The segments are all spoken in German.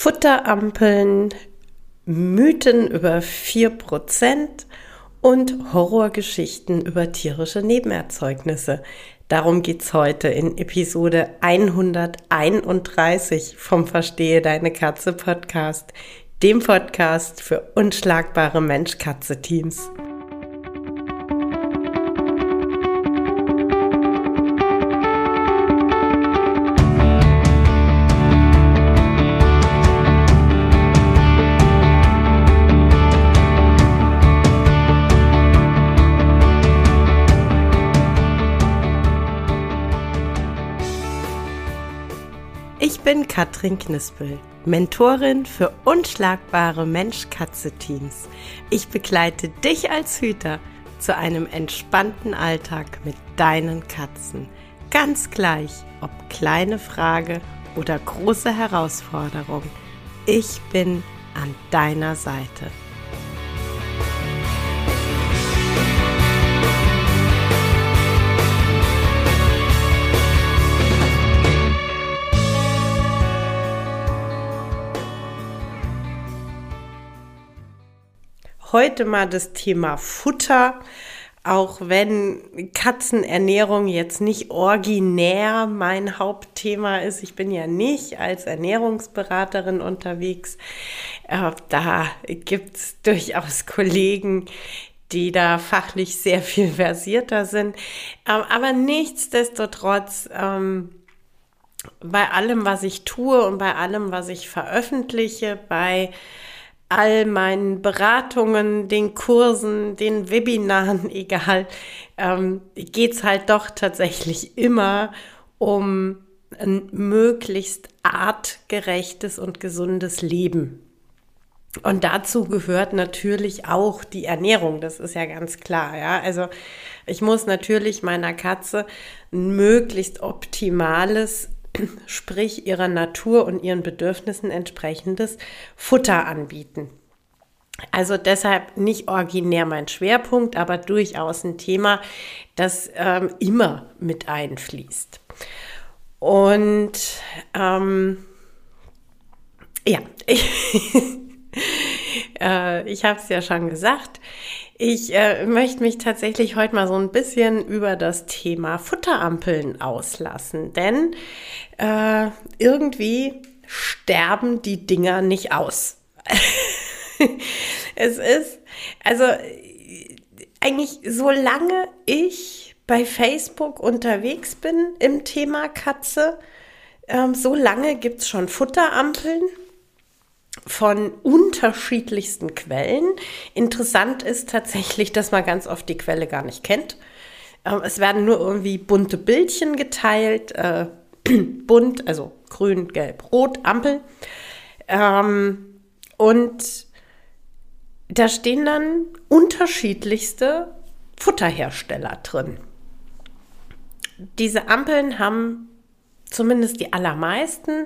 Futterampeln, Mythen über 4% und Horrorgeschichten über tierische Nebenerzeugnisse. Darum geht's heute in Episode 131 vom Verstehe deine Katze Podcast, dem Podcast für unschlagbare Mensch-Katze-Teams. Ich bin Katrin Knispel, Mentorin für unschlagbare Mensch-Katze-Teams. Ich begleite dich als Hüter zu einem entspannten Alltag mit deinen Katzen. Ganz gleich, ob kleine Frage oder große Herausforderung. Ich bin an deiner Seite. Heute mal das Thema Futter, auch wenn Katzenernährung jetzt nicht originär mein Hauptthema ist. Ich bin ja nicht als Ernährungsberaterin unterwegs. Da gibt es durchaus Kollegen, die da fachlich sehr viel versierter sind. Aber nichtsdestotrotz, bei allem, was ich tue und bei allem, was ich veröffentliche, bei all meinen Beratungen, den Kursen, den Webinaren, egal, geht's halt doch tatsächlich immer um ein möglichst artgerechtes und gesundes Leben. Und dazu gehört natürlich auch die Ernährung, das ist ja ganz klar, ja. Also ich muss natürlich meiner Katze ein möglichst optimales, sprich ihrer Natur und ihren Bedürfnissen entsprechendes Futter anbieten. Also deshalb nicht originär mein Schwerpunkt, aber durchaus ein Thema, das immer mit einfließt. Und ich habe es ja schon gesagt, ich möchte mich tatsächlich heute mal so ein bisschen über das Thema Futterampeln auslassen, denn irgendwie sterben die Dinger nicht aus. Es ist, also eigentlich solange ich bei Facebook unterwegs bin im Thema Katze, so lange gibt es schon Futterampeln von unterschiedlichsten Quellen. Interessant ist tatsächlich, dass man ganz oft die Quelle gar nicht kennt. Es werden nur irgendwie bunte Bildchen geteilt, bunt, also grün, gelb, rot, Ampel. Und da stehen dann unterschiedlichste Futterhersteller drin. Diese Ampeln haben, zumindest die allermeisten,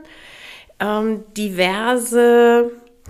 diverse,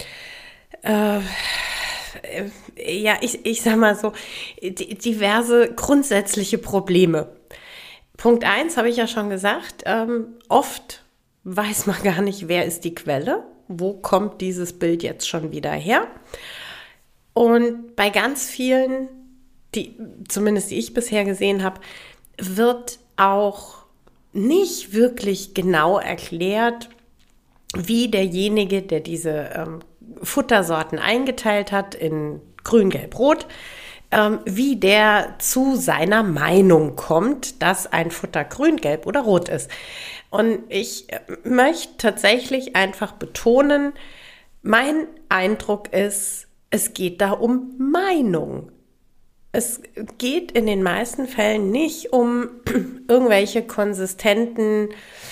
ich sag mal so, diverse grundsätzliche Probleme. Punkt 1 habe ich ja schon gesagt, oft weiß man gar nicht, wer ist die Quelle, wo kommt dieses Bild jetzt schon wieder her. Und bei ganz vielen, die ich bisher gesehen habe, wird auch nicht wirklich genau erklärt, wie derjenige, der diese Futtersorten eingeteilt hat in grün, gelb, rot, wie der zu seiner Meinung kommt, dass ein Futter grün, gelb oder rot ist. Und ich möchte tatsächlich einfach betonen, mein Eindruck ist, es geht da um Meinung. Es geht in den meisten Fällen nicht um irgendwelche konsistenten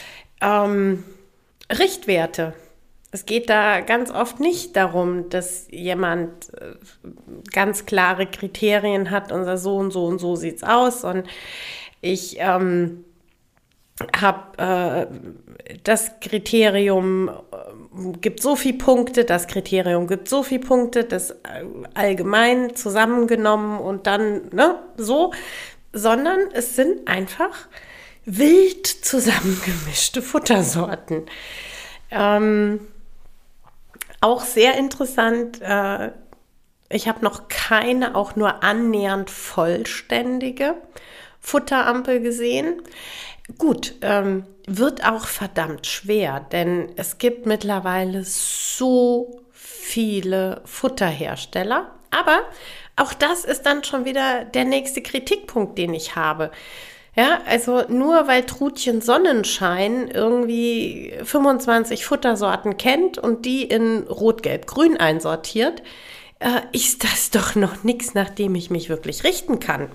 Richtwerte. Es geht da ganz oft nicht darum, dass jemand ganz klare Kriterien hat und sagt, so und so und so sieht's aus. Und ich habe das Kriterium gibt so viele Punkte, das Kriterium gibt so viele Punkte, das allgemein zusammengenommen und dann so, sondern es sind einfach wild zusammengemischte Futtersorten. Auch sehr interessant, ich habe noch keine auch nur annähernd vollständige Futterampel gesehen. Gut, wird auch verdammt schwer, denn es gibt mittlerweile so viele Futterhersteller. Aber auch das ist dann schon wieder der nächste Kritikpunkt, den ich habe. Ja, also nur weil Trutchen Sonnenschein irgendwie 25 Futtersorten kennt und die in Rot, Gelb, Grün einsortiert, ist das doch noch nichts, nach dem ich mich wirklich richten kann.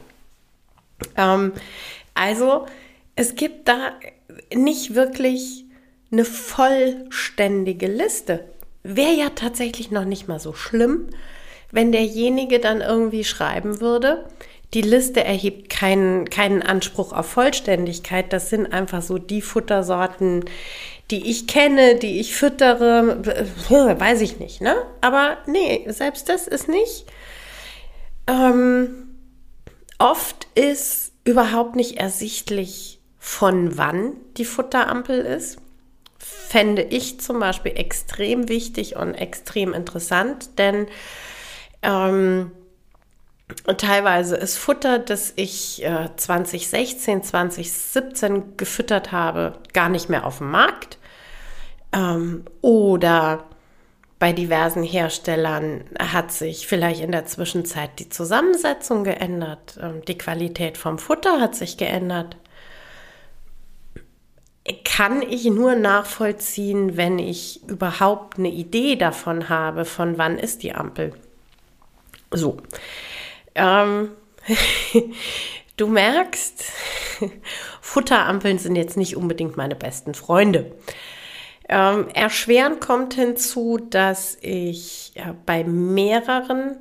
Also es gibt da nicht wirklich eine vollständige Liste. Wäre ja tatsächlich noch nicht mal so schlimm, wenn derjenige dann irgendwie schreiben würde, die Liste erhebt keinen Anspruch auf Vollständigkeit. Das sind einfach so die Futtersorten, die ich kenne, die ich füttere, weiß ich nicht, ne? Aber nee, selbst das ist nicht. Oft ist überhaupt nicht ersichtlich, von wann die Futterampel ist. Fände ich zum Beispiel extrem wichtig und extrem interessant, denn teilweise ist Futter, das ich 2016, 2017 gefüttert habe, gar nicht mehr auf dem Markt. Oder bei diversen Herstellern hat sich vielleicht in der Zwischenzeit die Zusammensetzung geändert. Die Qualität vom Futter hat sich geändert. Kann ich nur nachvollziehen, wenn ich überhaupt eine Idee davon habe, von wann ist die Ampel. So. Du merkst, Futterampeln sind jetzt nicht unbedingt meine besten Freunde. Erschwerend kommt hinzu, dass ich bei mehreren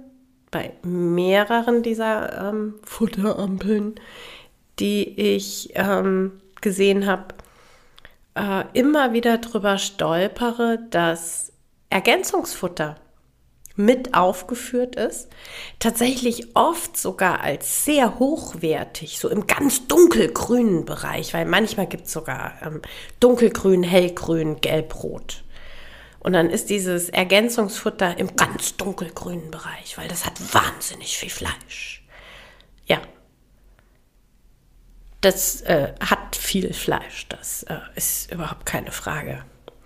dieser Futterampeln, die ich gesehen habe, immer wieder drüber stolpere, dass Ergänzungsfutter mit aufgeführt ist, tatsächlich oft sogar als sehr hochwertig, so im ganz dunkelgrünen Bereich, weil manchmal gibt es sogar dunkelgrün, hellgrün, gelb-rot. Und dann ist dieses Ergänzungsfutter im ganz dunkelgrünen Bereich, weil das hat wahnsinnig viel Fleisch. Ja, das hat viel Fleisch, das ist überhaupt keine Frage.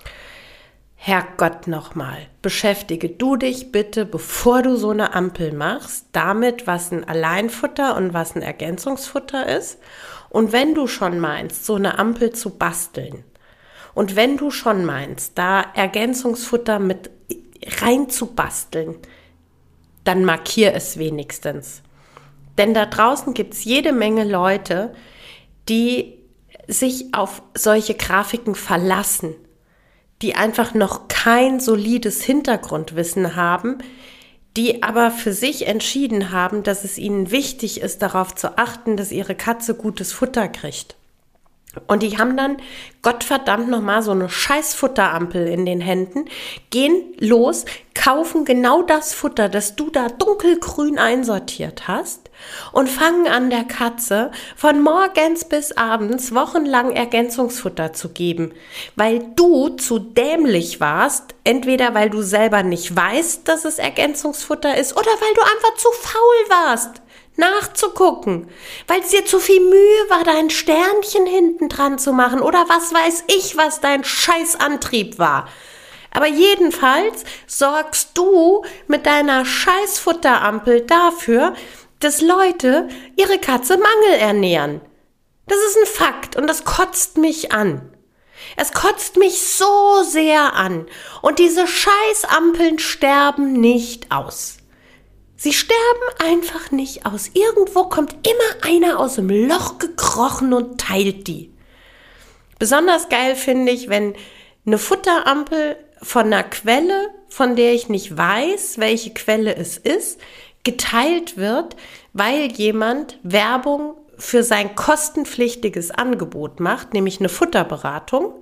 Herrgott nochmal, beschäftige du dich bitte, bevor du so eine Ampel machst, damit, was ein Alleinfutter und was ein Ergänzungsfutter ist. Und wenn du schon meinst, so eine Ampel zu basteln und wenn du schon meinst, da Ergänzungsfutter mit rein zu basteln, dann markier es wenigstens. Denn da draußen gibt es jede Menge Leute, die sich auf solche Grafiken verlassen, die einfach noch kein solides Hintergrundwissen haben, die aber für sich entschieden haben, dass es ihnen wichtig ist, darauf zu achten, dass ihre Katze gutes Futter kriegt. Und die haben dann, Gottverdammt nochmal, so eine scheiß Futterampel in den Händen, gehen los, kaufen genau das Futter, das du da dunkelgrün einsortiert hast und fangen an, der Katze von morgens bis abends wochenlang Ergänzungsfutter zu geben, weil du zu dämlich warst, entweder weil du selber nicht weißt, dass es Ergänzungsfutter ist oder weil du einfach zu faul warst, nachzugucken, weil es dir zu viel Mühe war, dein Sternchen hinten dran zu machen oder was weiß ich, was dein Scheißantrieb war. Aber jedenfalls sorgst du mit deiner Scheißfutterampel dafür, dass Leute ihre Katze mangelernähren. Das ist ein Fakt und das kotzt mich an. Es kotzt mich so sehr an und diese Scheißampeln sterben nicht aus. Sie sterben einfach nicht aus. Irgendwo kommt immer einer aus dem Loch gekrochen und teilt die. Besonders geil finde ich, wenn eine Futterampel von einer Quelle, von der ich nicht weiß, welche Quelle es ist, geteilt wird, weil jemand Werbung für sein kostenpflichtiges Angebot macht, nämlich eine Futterberatung.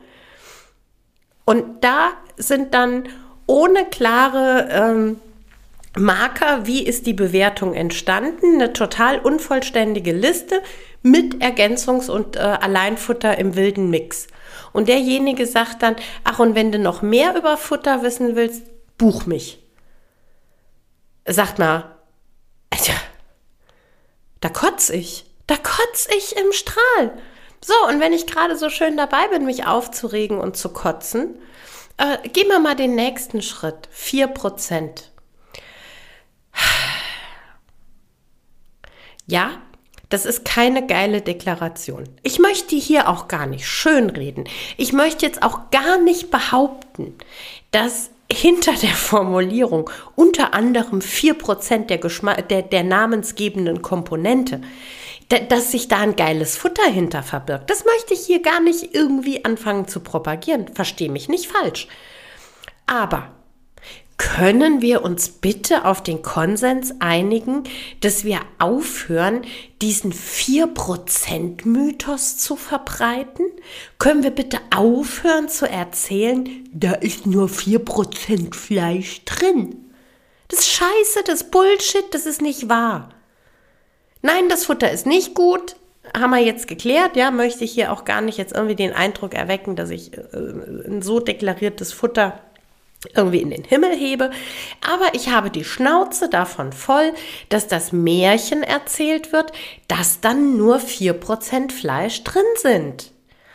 Und da sind dann ohne klare Marker, wie ist die Bewertung entstanden, eine total unvollständige Liste mit Ergänzungs- und Alleinfutter im wilden Mix. Und derjenige sagt dann, ach, und wenn du noch mehr über Futter wissen willst, buch mich. Sagt mal, Alter, da kotz ich im Strahl. So, und wenn ich gerade so schön dabei bin, mich aufzuregen und zu kotzen, gehen wir mal den nächsten Schritt. 4%. Ja, das ist keine geile Deklaration. Ich möchte die hier auch gar nicht schönreden. Ich möchte jetzt auch gar nicht behaupten, dass hinter der Formulierung unter anderem 4% der namensgebenden Komponente, dass sich da ein geiles Futter hinter verbirgt. Das möchte ich hier gar nicht irgendwie anfangen zu propagieren. Verstehe mich nicht falsch. Aber können wir uns bitte auf den Konsens einigen, dass wir aufhören, diesen 4%-Mythos zu verbreiten? Können wir bitte aufhören zu erzählen, da ist nur 4% Fleisch drin? Das ist Scheiße, das ist Bullshit, das ist nicht wahr. Nein, das Futter ist nicht gut, haben wir jetzt geklärt, ja, möchte ich hier auch gar nicht jetzt irgendwie den Eindruck erwecken, dass ich ein so deklariertes Futter irgendwie in den Himmel hebe, aber ich habe die Schnauze davon voll, dass das Märchen erzählt wird, dass dann nur 4% Fleisch drin sind.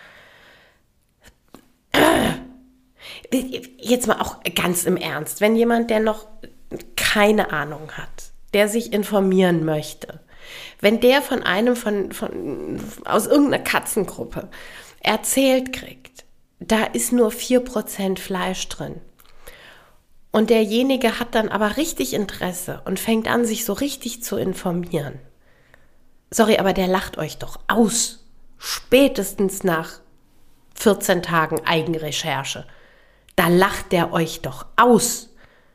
Jetzt mal auch ganz im Ernst, wenn jemand, der noch keine Ahnung hat, der sich informieren möchte, wenn der von einem aus irgendeiner Katzengruppe erzählt kriegt, da ist nur 4% Fleisch drin. Und derjenige hat dann aber richtig Interesse und fängt an, sich so richtig zu informieren. Sorry, aber der lacht euch doch aus. Spätestens nach 14 Tagen Eigenrecherche. Da lacht der euch doch aus.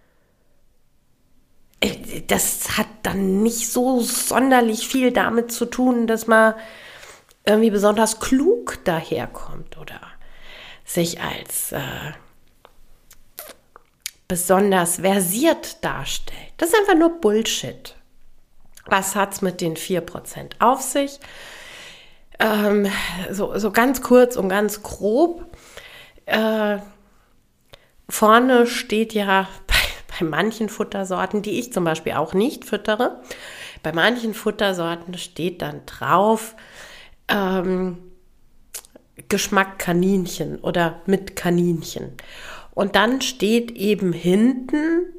Das hat dann nicht so sonderlich viel damit zu tun, dass man irgendwie besonders klug daherkommt oder sich als besonders versiert darstellt. Das ist einfach nur Bullshit. Was hat's mit den 4% auf sich? So ganz kurz und ganz grob. Vorne steht ja bei manchen Futtersorten, die ich zum Beispiel auch nicht füttere, bei manchen Futtersorten steht dann drauf Geschmack Kaninchen oder mit Kaninchen. Und dann steht eben hinten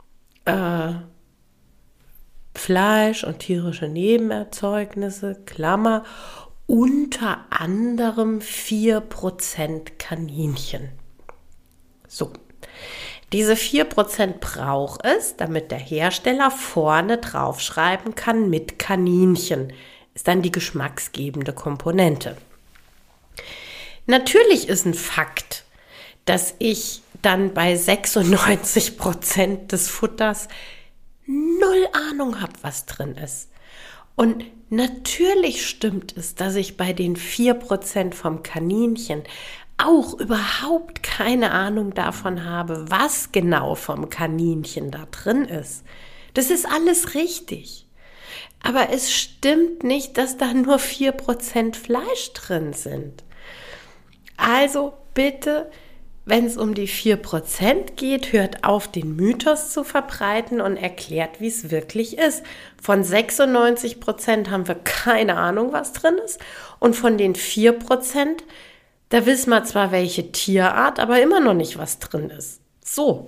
Fleisch und tierische Nebenerzeugnisse, Klammer, unter anderem 4% Kaninchen. So, diese 4% braucht es, damit der Hersteller vorne draufschreiben kann mit Kaninchen. Ist dann die geschmacksgebende Komponente. Natürlich ist ein Fakt, dass ich dann bei 96% des Futters null Ahnung habe, was drin ist. Und natürlich stimmt es, dass ich bei den 4% vom Kaninchen auch überhaupt keine Ahnung davon habe, was genau vom Kaninchen da drin ist. Das ist alles richtig. Aber es stimmt nicht, dass da nur 4% Fleisch drin sind. Also bitte, wenn es um die 4% geht, hört auf, den Mythos zu verbreiten und erklärt, wie es wirklich ist. Von 96% haben wir keine Ahnung, was drin ist. Und von den 4%, da wissen wir zwar, welche Tierart, aber immer noch nicht, was drin ist. So.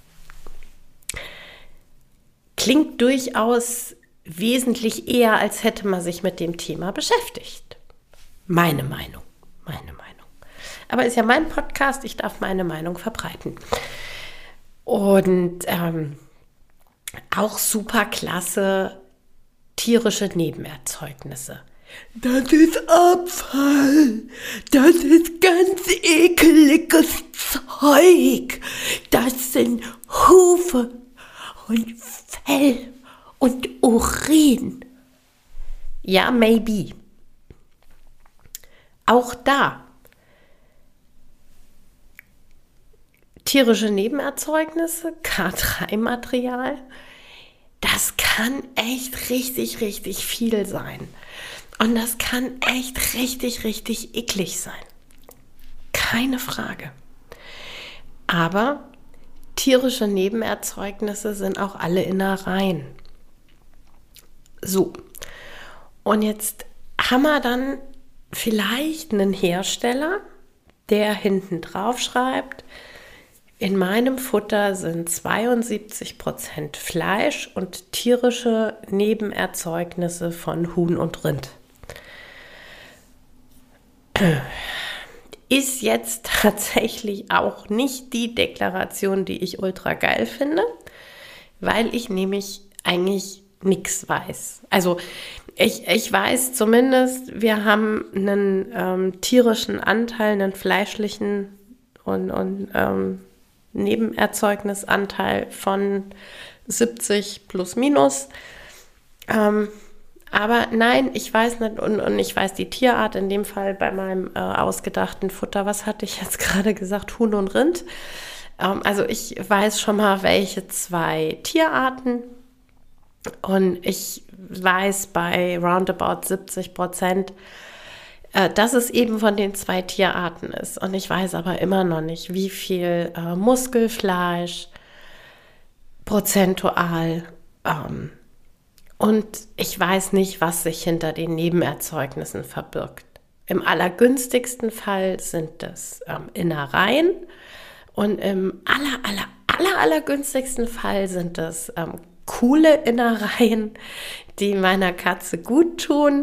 Klingt durchaus wesentlich eher, als hätte man sich mit dem Thema beschäftigt. Meine Meinung. Aber ist ja mein Podcast, ich darf meine Meinung verbreiten. Und auch super klasse tierische Nebenerzeugnisse. Das ist Abfall. Das ist ganz ekeliges Zeug. Das sind Hufe und Fell und Urin. Ja, maybe. Auch da. Tierische Nebenerzeugnisse, K3-Material, das kann echt richtig, richtig viel sein. Und das kann echt richtig, richtig eklig sein. Keine Frage. Aber tierische Nebenerzeugnisse sind auch alle Innereien. So, und jetzt haben wir dann vielleicht einen Hersteller, der hinten drauf schreibt, in meinem Futter sind 72% Fleisch und tierische Nebenerzeugnisse von Huhn und Rind. Ist jetzt tatsächlich auch nicht die Deklaration, die ich ultra geil finde, weil ich nämlich eigentlich nichts weiß. Also ich weiß zumindest, wir haben einen tierischen Anteil, einen fleischlichen und Nebenerzeugnisanteil von 70 plus minus. Aber nein, ich weiß nicht und ich weiß die Tierart, in dem Fall bei meinem ausgedachten Futter, was hatte ich jetzt gerade gesagt, Huhn und Rind. Also ich weiß schon mal, welche 2 Tierarten und ich weiß bei roundabout 70%, dass es eben von den 2 Tierarten ist. Und ich weiß aber immer noch nicht, wie viel Muskelfleisch prozentual und ich weiß nicht, was sich hinter den Nebenerzeugnissen verbirgt. Im allergünstigsten Fall sind es Innereien und im allergünstigsten Fall sind es coole Innereien, die meiner Katze gut tun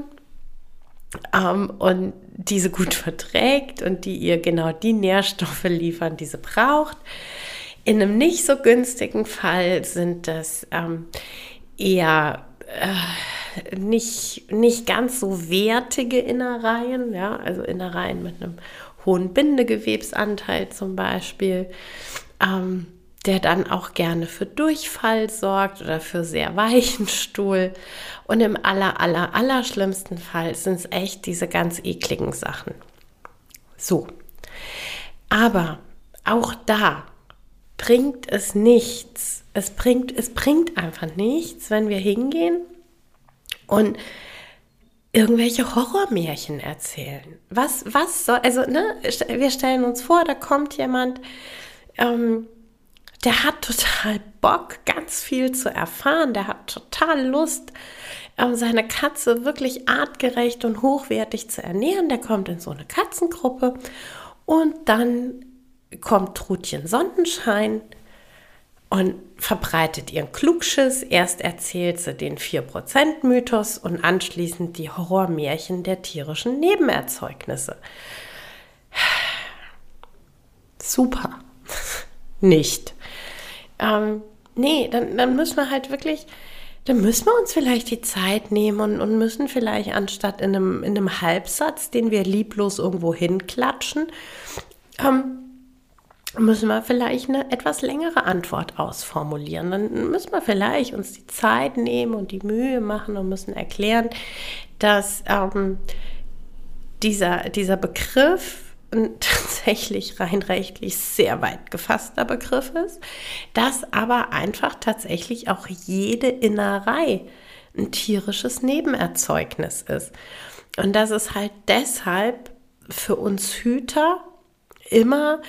und diese gut verträgt und die ihr genau die Nährstoffe liefern, die sie braucht. In einem nicht so günstigen Fall sind das eher nicht ganz so wertige Innereien, ja, also Innereien mit einem hohen Bindegewebsanteil zum Beispiel, der dann auch gerne für Durchfall sorgt oder für sehr weichen Stuhl. Und im allerschlimmsten Fall sind es echt diese ganz ekligen Sachen. So, aber auch da bringt es nichts. Es bringt einfach nichts, wenn wir hingehen und irgendwelche Horrormärchen erzählen. Was soll, also, wir stellen uns vor, da kommt jemand, der hat total Bock, ganz viel zu erfahren, der hat total Lust, seine Katze wirklich artgerecht und hochwertig zu ernähren. Der kommt in so eine Katzengruppe und dann kommt Trudchen Sonnenschein und verbreitet ihren Klugschiss. Erst erzählt sie den 4%-Mythos und anschließend die Horrormärchen der tierischen Nebenerzeugnisse. Super. Nicht. Nee, dann müssen wir halt wirklich, dann müssen wir uns vielleicht die Zeit nehmen und müssen vielleicht anstatt in einem Halbsatz, den wir lieblos irgendwo hinklatschen, müssen wir vielleicht eine etwas längere Antwort ausformulieren. Dann müssen wir vielleicht uns die Zeit nehmen und die Mühe machen und müssen erklären, dass dieser Begriff ein tatsächlich rein rechtlich sehr weit gefasster Begriff ist, dass aber einfach tatsächlich auch jede Innerei ein tierisches Nebenerzeugnis ist. Und dass es halt deshalb für uns Hüter immer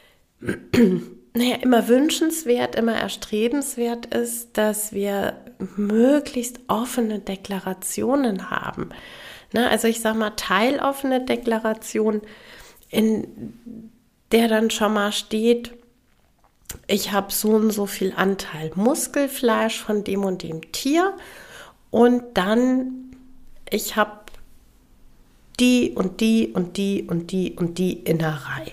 wünschenswert, immer erstrebenswert ist, dass wir möglichst offene Deklarationen haben. Also ich sage mal, teiloffene Deklaration, in der dann schon mal steht, ich habe so und so viel Anteil Muskelfleisch von dem und dem Tier und dann ich habe die und die und die und die und die Innerei.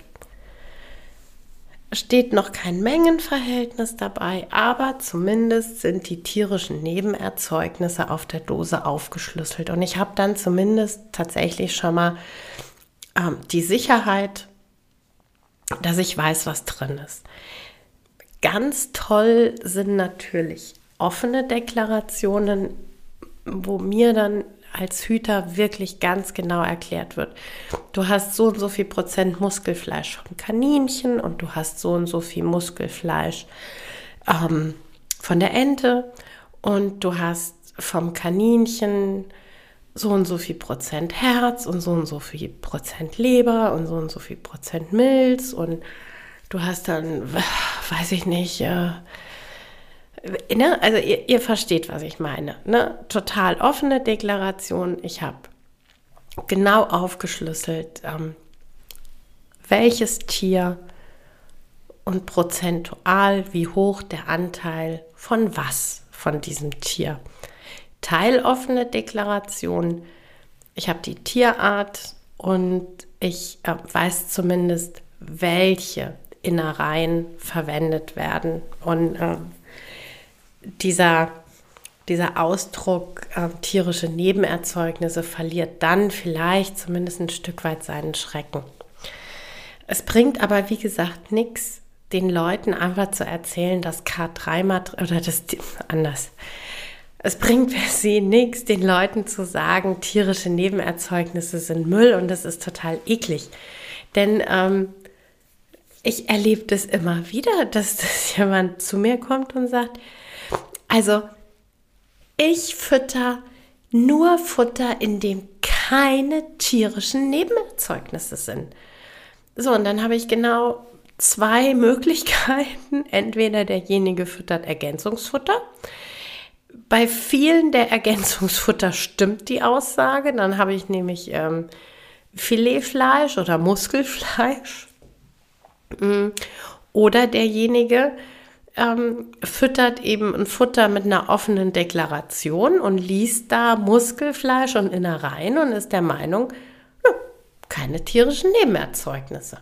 Steht noch kein Mengenverhältnis dabei, aber zumindest sind die tierischen Nebenerzeugnisse auf der Dose aufgeschlüsselt. Und ich habe dann zumindest tatsächlich schon mal die Sicherheit, dass ich weiß, was drin ist. Ganz toll sind natürlich offene Deklarationen, wo mir dann als Hüter wirklich ganz genau erklärt wird, du hast so und so viel Prozent Muskelfleisch vom Kaninchen und du hast so und so viel Muskelfleisch von der Ente und du hast vom Kaninchen so und so viel Prozent Herz und so viel Prozent Leber und so viel Prozent Milz und du hast dann, weiß ich nicht, ne? Also ihr versteht, was ich meine. Ne? Total offene Deklaration. Ich habe genau aufgeschlüsselt, welches Tier und prozentual, wie hoch der Anteil von was von diesem Tier. Teiloffene Deklaration. Ich habe die Tierart und ich weiß zumindest, welche Innereien verwendet werden. Und dieser Ausdruck tierische Nebenerzeugnisse verliert dann vielleicht zumindest ein Stück weit seinen Schrecken. Es bringt aber, wie gesagt, nichts, den Leuten einfach zu erzählen, dass K3-Material oder das anders. Es bringt per se nichts, den Leuten zu sagen, tierische Nebenerzeugnisse sind Müll und das ist total eklig. Denn ich erlebe das immer wieder, dass jemand zu mir kommt und sagt, also ich fütter nur Futter, in dem keine tierischen Nebenerzeugnisse sind. So, und dann habe ich genau 2 Möglichkeiten. Entweder derjenige füttert Ergänzungsfutter. Bei vielen der Ergänzungsfutter stimmt die Aussage. Dann habe ich nämlich Filetfleisch oder Muskelfleisch. Oder derjenige füttert eben ein Futter mit einer offenen Deklaration und liest da Muskelfleisch und Innereien und ist der Meinung, keine tierischen Nebenerzeugnisse.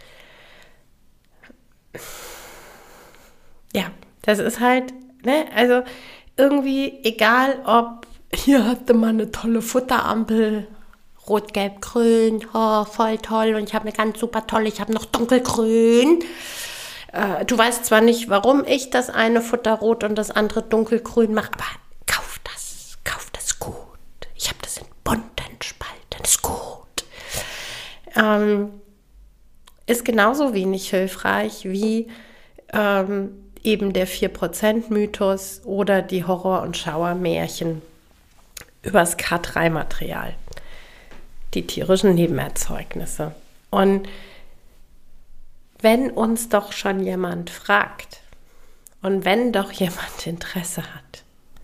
Ja, das ist halt, ne, also irgendwie egal, ob hier hatte man eine tolle Futterampel, rot, gelb, grün, oh, voll toll und ich habe eine ganz super tolle, ich habe noch dunkelgrün. Du weißt zwar nicht, warum ich das eine Futter rot und das andere dunkelgrün mache, aber kauf das gut. Ich habe das in bunten Spalten, ist gut. Ist genauso wenig hilfreich wie eben der 4%-Mythos oder die Horror- und Schauermärchen übers K3-Material, die tierischen Nebenerzeugnisse. Und wenn uns doch schon jemand fragt und wenn doch jemand Interesse hat,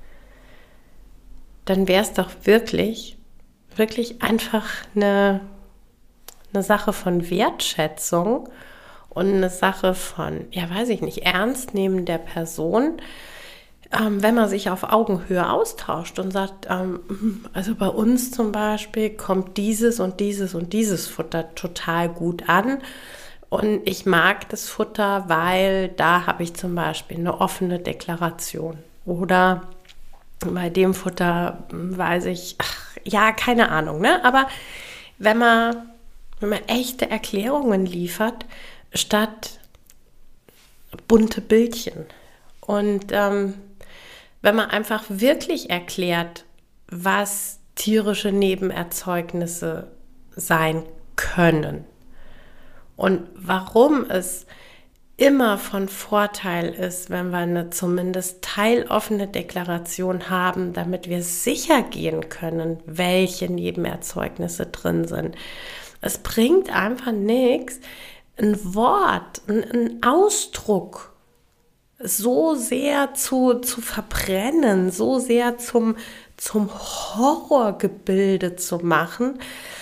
dann wäre es doch wirklich einfach eine Sache von Wertschätzung und eine Sache von, ja weiß ich nicht, Ernstnehmen der Person, wenn man sich auf Augenhöhe austauscht und sagt, also bei uns zum Beispiel kommt dieses und dieses und dieses Futter total gut an. Und ich mag das Futter, weil da habe ich zum Beispiel eine offene Deklaration. Oder bei dem Futter weiß ich, ja, keine Ahnung, ne? Aber wenn man echte Erklärungen liefert, statt bunte Bildchen. Und wenn man einfach wirklich erklärt, was tierische Nebenerzeugnisse sein können. Und warum es immer von Vorteil ist, wenn wir eine zumindest teiloffene Deklaration haben, damit wir sicher gehen können, welche Nebenerzeugnisse drin sind. Es bringt einfach nichts, ein Wort, ein Ausdruck so sehr zu verbrennen, so sehr zum Horrorgebilde zu machen,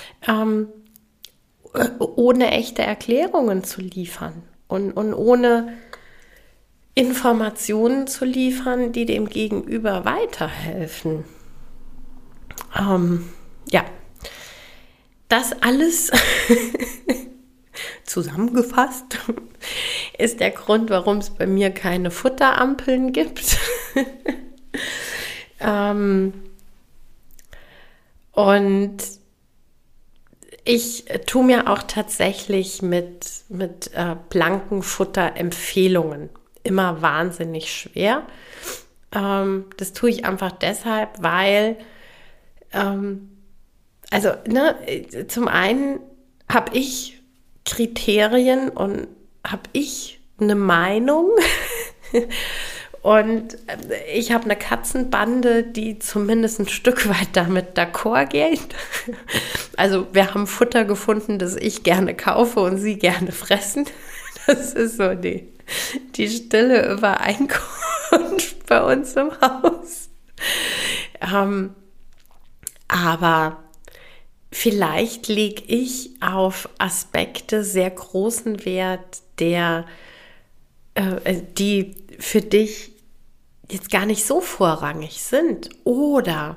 ohne echte Erklärungen zu liefern und ohne Informationen zu liefern, die dem Gegenüber weiterhelfen. Ja, das alles zusammengefasst ist der Grund, warum es bei mir keine Futterampeln gibt. Und ich tue mir auch tatsächlich mit blanken Futterempfehlungen immer wahnsinnig schwer. Das tue ich einfach deshalb, weil zum einen habe ich Kriterien und habe ich eine Meinung und ich habe eine Katzenbande, die zumindest ein Stück weit damit d'accord geht. Also wir haben Futter gefunden, das ich gerne kaufe und sie gerne fressen. Das ist so die stille Übereinkunft bei uns im Haus. Aber vielleicht lege ich auf Aspekte sehr großen Wert, die für dich jetzt gar nicht so vorrangig sind. Oder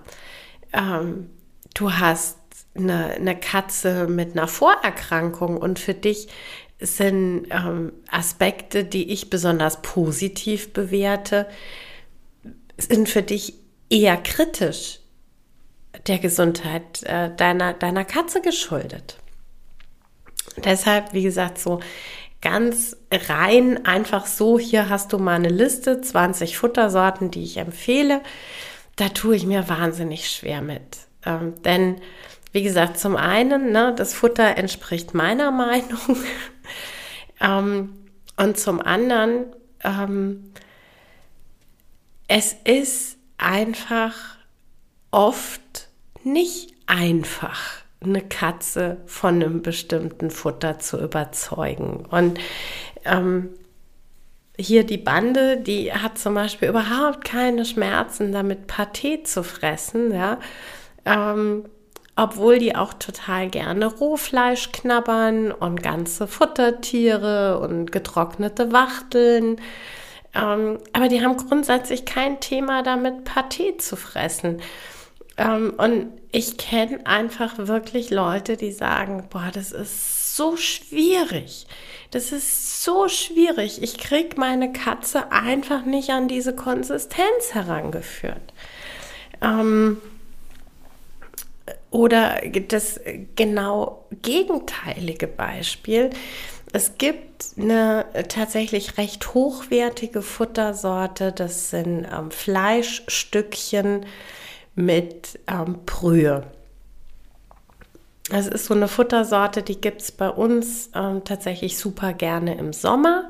du hast eine Katze mit einer Vorerkrankung und für dich sind Aspekte, die ich besonders positiv bewerte, sind für dich eher kritisch der Gesundheit deiner Katze geschuldet. Deshalb, wie gesagt, so ganz rein einfach so, hier hast du mal eine Liste, 20 Futtersorten, die ich empfehle. Da tue ich mir wahnsinnig schwer mit. Denn, wie gesagt, zum einen, das Futter entspricht meiner Meinung. Und zum anderen, es ist einfach oft nicht einfach, eine Katze von einem bestimmten Futter zu überzeugen. Und hier die Bande, die hat zum Beispiel überhaupt keine Schmerzen, damit Pâté zu fressen, ja. Obwohl die auch total gerne Rohfleisch knabbern und ganze Futtertiere und getrocknete Wachteln. Aber die haben grundsätzlich kein Thema damit, Pâté zu fressen. Und ich kenne einfach wirklich Leute, die sagen, boah, das ist so schwierig. Das ist so schwierig. Ich kriege meine Katze einfach nicht an diese Konsistenz herangeführt. Oder das genau gegenteilige Beispiel. Es gibt eine tatsächlich recht hochwertige Futtersorte, das sind Fleischstückchen mit Brühe. Das ist so eine Futtersorte, die gibt es bei uns tatsächlich super gerne im Sommer.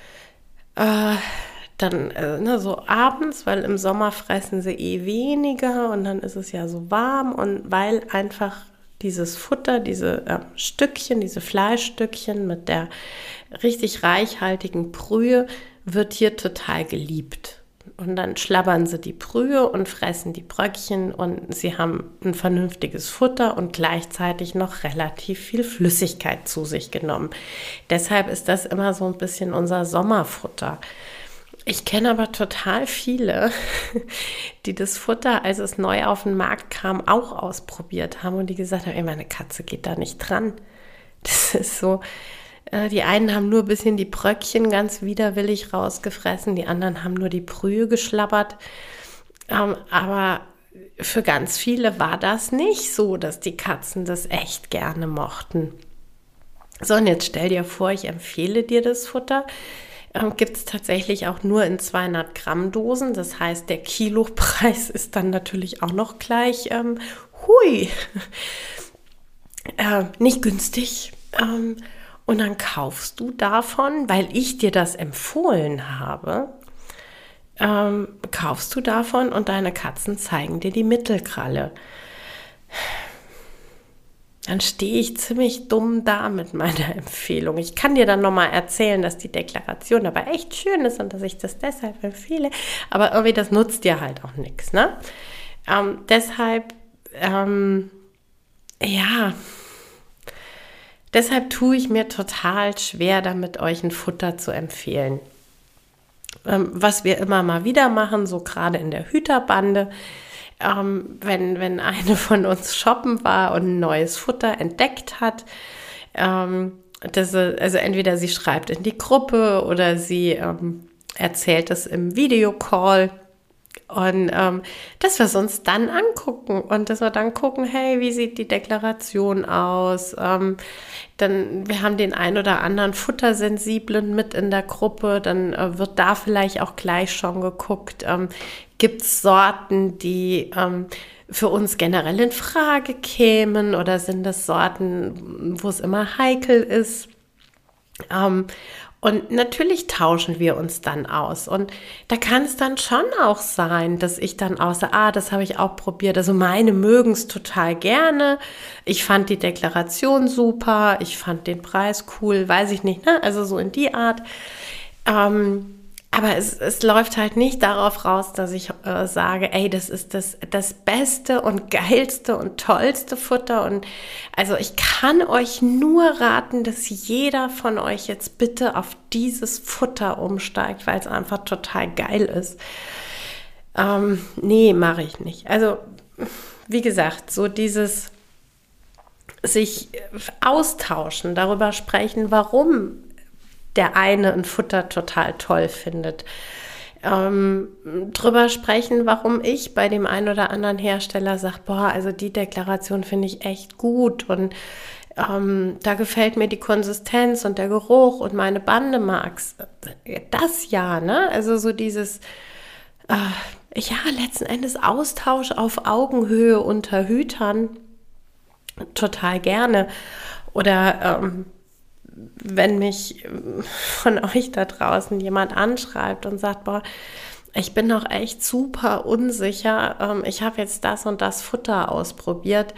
Dann so abends, weil im Sommer fressen sie weniger und dann ist es ja so warm und weil einfach dieses Futter, diese Stückchen, diese Fleischstückchen mit der richtig reichhaltigen Brühe wird hier total geliebt. Und dann schlabbern sie die Brühe und fressen die Bröckchen und sie haben ein vernünftiges Futter und gleichzeitig noch relativ viel Flüssigkeit zu sich genommen. Deshalb ist das immer so ein bisschen unser Sommerfutter. Ich kenne aber total viele, die das Futter, als es neu auf den Markt kam, auch ausprobiert haben und die gesagt haben, ey, meine Katze geht da nicht dran. Das ist so, die einen haben nur ein bisschen die Bröckchen ganz widerwillig rausgefressen, die anderen haben nur die Brühe geschlabbert. Aber für ganz viele war das nicht so, dass die Katzen das echt gerne mochten. So, und jetzt stell dir vor, ich empfehle dir das Futter. Gibt es tatsächlich auch nur in 200 Gramm Dosen. Das heißt, der Kilopreis ist dann natürlich auch noch gleich, nicht günstig. Und dann kaufst du davon, weil ich dir das empfohlen habe, kaufst du davon und deine Katzen zeigen dir die Mittelkralle. Dann stehe ich ziemlich dumm da mit meiner Empfehlung. Ich kann dir dann nochmal erzählen, dass die Deklaration aber echt schön ist und dass ich das deshalb empfehle. Aber irgendwie, das nutzt dir halt auch nichts, ne? Deshalb tue ich mir total schwer, damit euch ein Futter zu empfehlen. Was wir immer mal wieder machen, so gerade in der Hüterbande, wenn eine von uns shoppen war und ein neues Futter entdeckt hat, also entweder sie schreibt in die Gruppe oder sie erzählt es im Videocall und dass wir es uns dann angucken und dass wir dann gucken, hey, wie sieht die Deklaration aus? Dann wir haben den ein oder anderen Futtersensiblen mit in der Gruppe, dann wird da vielleicht auch gleich schon geguckt, gibt es Sorten, die für uns generell in Frage kämen oder sind das Sorten, wo es immer heikel ist? Und natürlich tauschen wir uns dann aus. Und da kann es dann schon auch sein, dass ich dann außer, das habe ich auch probiert. Also meine mögen es total gerne. Ich fand die Deklaration super. Ich fand den Preis cool, weiß ich nicht, ne? Also so in die Art. Aber es läuft halt nicht darauf raus, dass ich sage, ey, das ist das beste und geilste und tollste Futter. Und also ich kann euch nur raten, dass jeder von euch jetzt bitte auf dieses Futter umsteigt, weil es einfach total geil ist. Nee, mache ich nicht. Also wie gesagt, so dieses sich austauschen, darüber sprechen, warum der eine ein Futter total toll findet. Drüber sprechen, warum ich bei dem einen oder anderen Hersteller sage, also die Deklaration finde ich echt gut und da gefällt mir die Konsistenz und der Geruch und meine Bande mag's. Das ja, ne? Also so dieses, letzten Endes Austausch auf Augenhöhe unter Hütern total gerne. Oder wenn mich von euch da draußen jemand anschreibt und sagt, ich bin noch echt super unsicher, ich habe jetzt das und das Futter ausprobiert,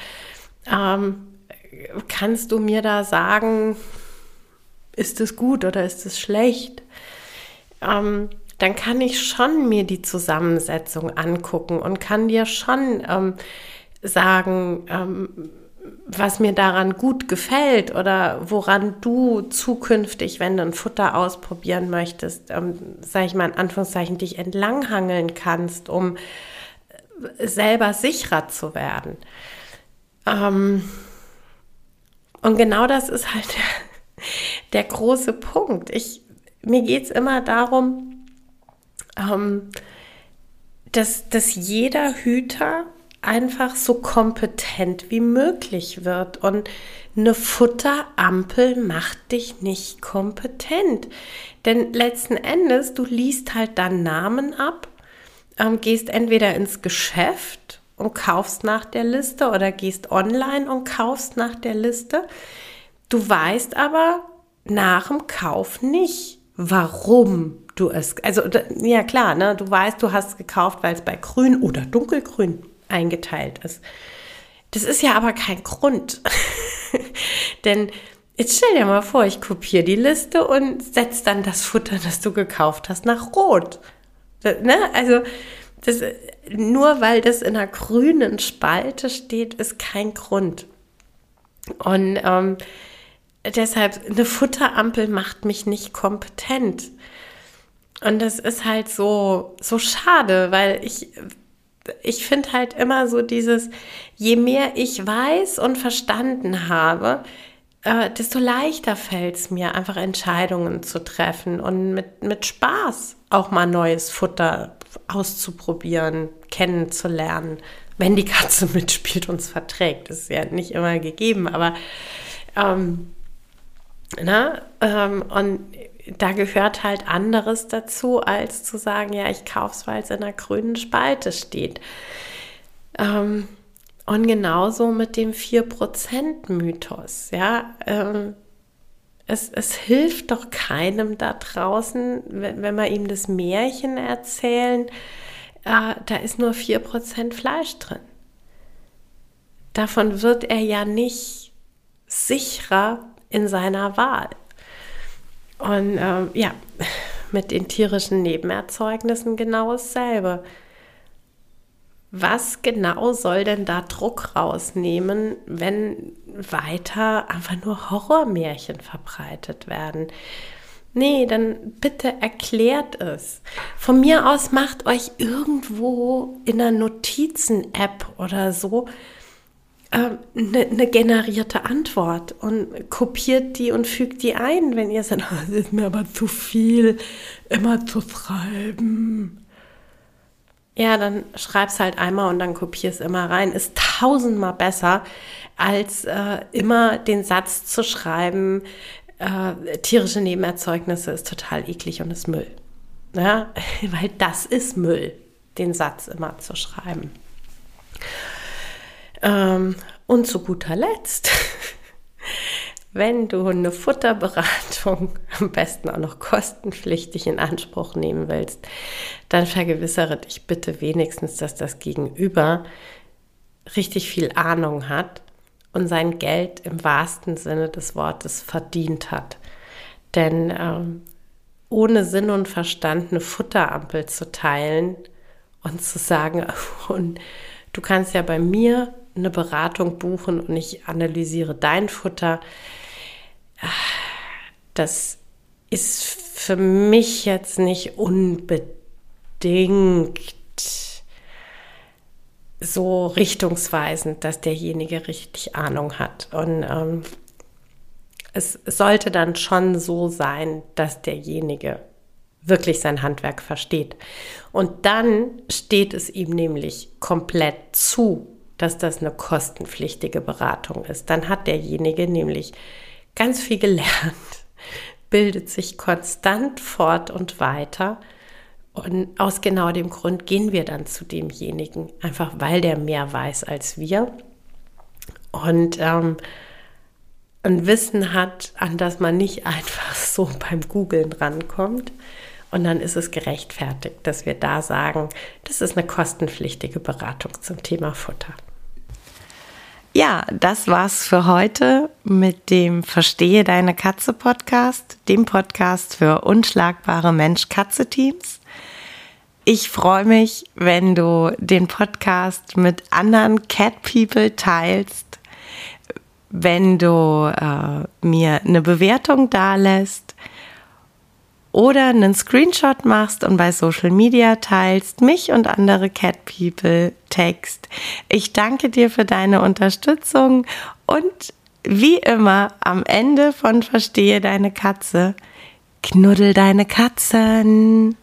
kannst du mir da sagen, ist es gut oder ist es schlecht? Dann kann ich schon mir die Zusammensetzung angucken und kann dir schon sagen, was mir daran gut gefällt oder woran du zukünftig, wenn du ein Futter ausprobieren möchtest, sage ich mal in Anführungszeichen, dich entlanghangeln kannst, um selber sicherer zu werden. Und genau das ist halt der große Punkt. Mir geht es immer darum, dass jeder Hüter einfach so kompetent wie möglich wird. Und eine Futterampel macht dich nicht kompetent. Denn letzten Endes, du liest halt dann Namen ab, gehst entweder ins Geschäft und kaufst nach der Liste oder gehst online und kaufst nach der Liste. Du weißt aber nach dem Kauf nicht, warum du es, also ja klar, ne, du weißt, du hast es gekauft, weil es bei grün oder dunkelgrün eingeteilt ist. Das ist ja aber kein Grund. Denn jetzt stell dir mal vor, ich kopiere die Liste und setze dann das Futter, das du gekauft hast, nach Rot. Ne? Also nur weil das in einer grünen Spalte steht, ist kein Grund. Und deshalb, eine Futterampel macht mich nicht kompetent. Und das ist halt so schade, weil ich finde halt immer so dieses, je mehr ich weiß und verstanden habe, desto leichter fällt es mir, einfach Entscheidungen zu treffen und mit Spaß auch mal neues Futter auszuprobieren, kennenzulernen, wenn die Katze mitspielt und es verträgt. Das ist ja nicht immer gegeben, aber und da gehört halt anderes dazu, als zu sagen, ja, ich kaufe es, weil es in einer grünen Spalte steht. Und genauso mit dem 4%-Mythos. Ja? Es hilft doch keinem da draußen, wenn wir ihm das Märchen erzählen, da ist nur 4% Fleisch drin. Davon wird er ja nicht sicherer in seiner Wahl. Und mit den tierischen Nebenerzeugnissen genau dasselbe. Was genau soll denn da Druck rausnehmen, wenn weiter einfach nur Horrormärchen verbreitet werden? Nee, dann bitte erklärt es. Von mir aus macht euch irgendwo in einer Notizen-App oder so eine generierte Antwort und kopiert die und fügt die ein, wenn ihr sagt, das ist mir aber zu viel, immer zu schreiben. Ja, dann schreib's halt einmal und dann kopier's immer rein. Ist 1000-mal besser, als immer den Satz zu schreiben, tierische Nebenerzeugnisse ist total eklig und ist Müll. Ja? Weil das ist Müll, den Satz immer zu schreiben. Und zu guter Letzt, wenn du eine Futterberatung am besten auch noch kostenpflichtig in Anspruch nehmen willst, dann vergewissere dich bitte wenigstens, dass das Gegenüber richtig viel Ahnung hat und sein Geld im wahrsten Sinne des Wortes verdient hat. Denn ohne Sinn und Verstand eine Futterampel zu teilen und zu sagen, und du kannst ja bei mir eine Beratung buchen und ich analysiere dein Futter, das ist für mich jetzt nicht unbedingt so richtungsweisend, dass derjenige richtig Ahnung hat. Und es sollte dann schon so sein, dass derjenige wirklich sein Handwerk versteht. Und dann steht es ihm nämlich komplett zu, dass das eine kostenpflichtige Beratung ist. Dann hat derjenige nämlich ganz viel gelernt, bildet sich konstant fort und weiter. Und aus genau dem Grund gehen wir dann zu demjenigen, einfach weil der mehr weiß als wir und ein Wissen hat, an das man nicht einfach so beim Googlen rankommt. Und dann ist es gerechtfertigt, dass wir da sagen, das ist eine kostenpflichtige Beratung zum Thema Futter. Ja, das war's für heute mit dem Verstehe deine Katze Podcast, dem Podcast für unschlagbare Mensch-Katze-Teams. Ich freue mich, wenn du den Podcast mit anderen Cat People teilst, wenn du mir eine Bewertung dalässt oder einen Screenshot machst und bei Social Media teilst, mich und andere Cat People text. Ich danke dir für deine Unterstützung und wie immer am Ende von Verstehe deine Katze, knuddel deine Katzen.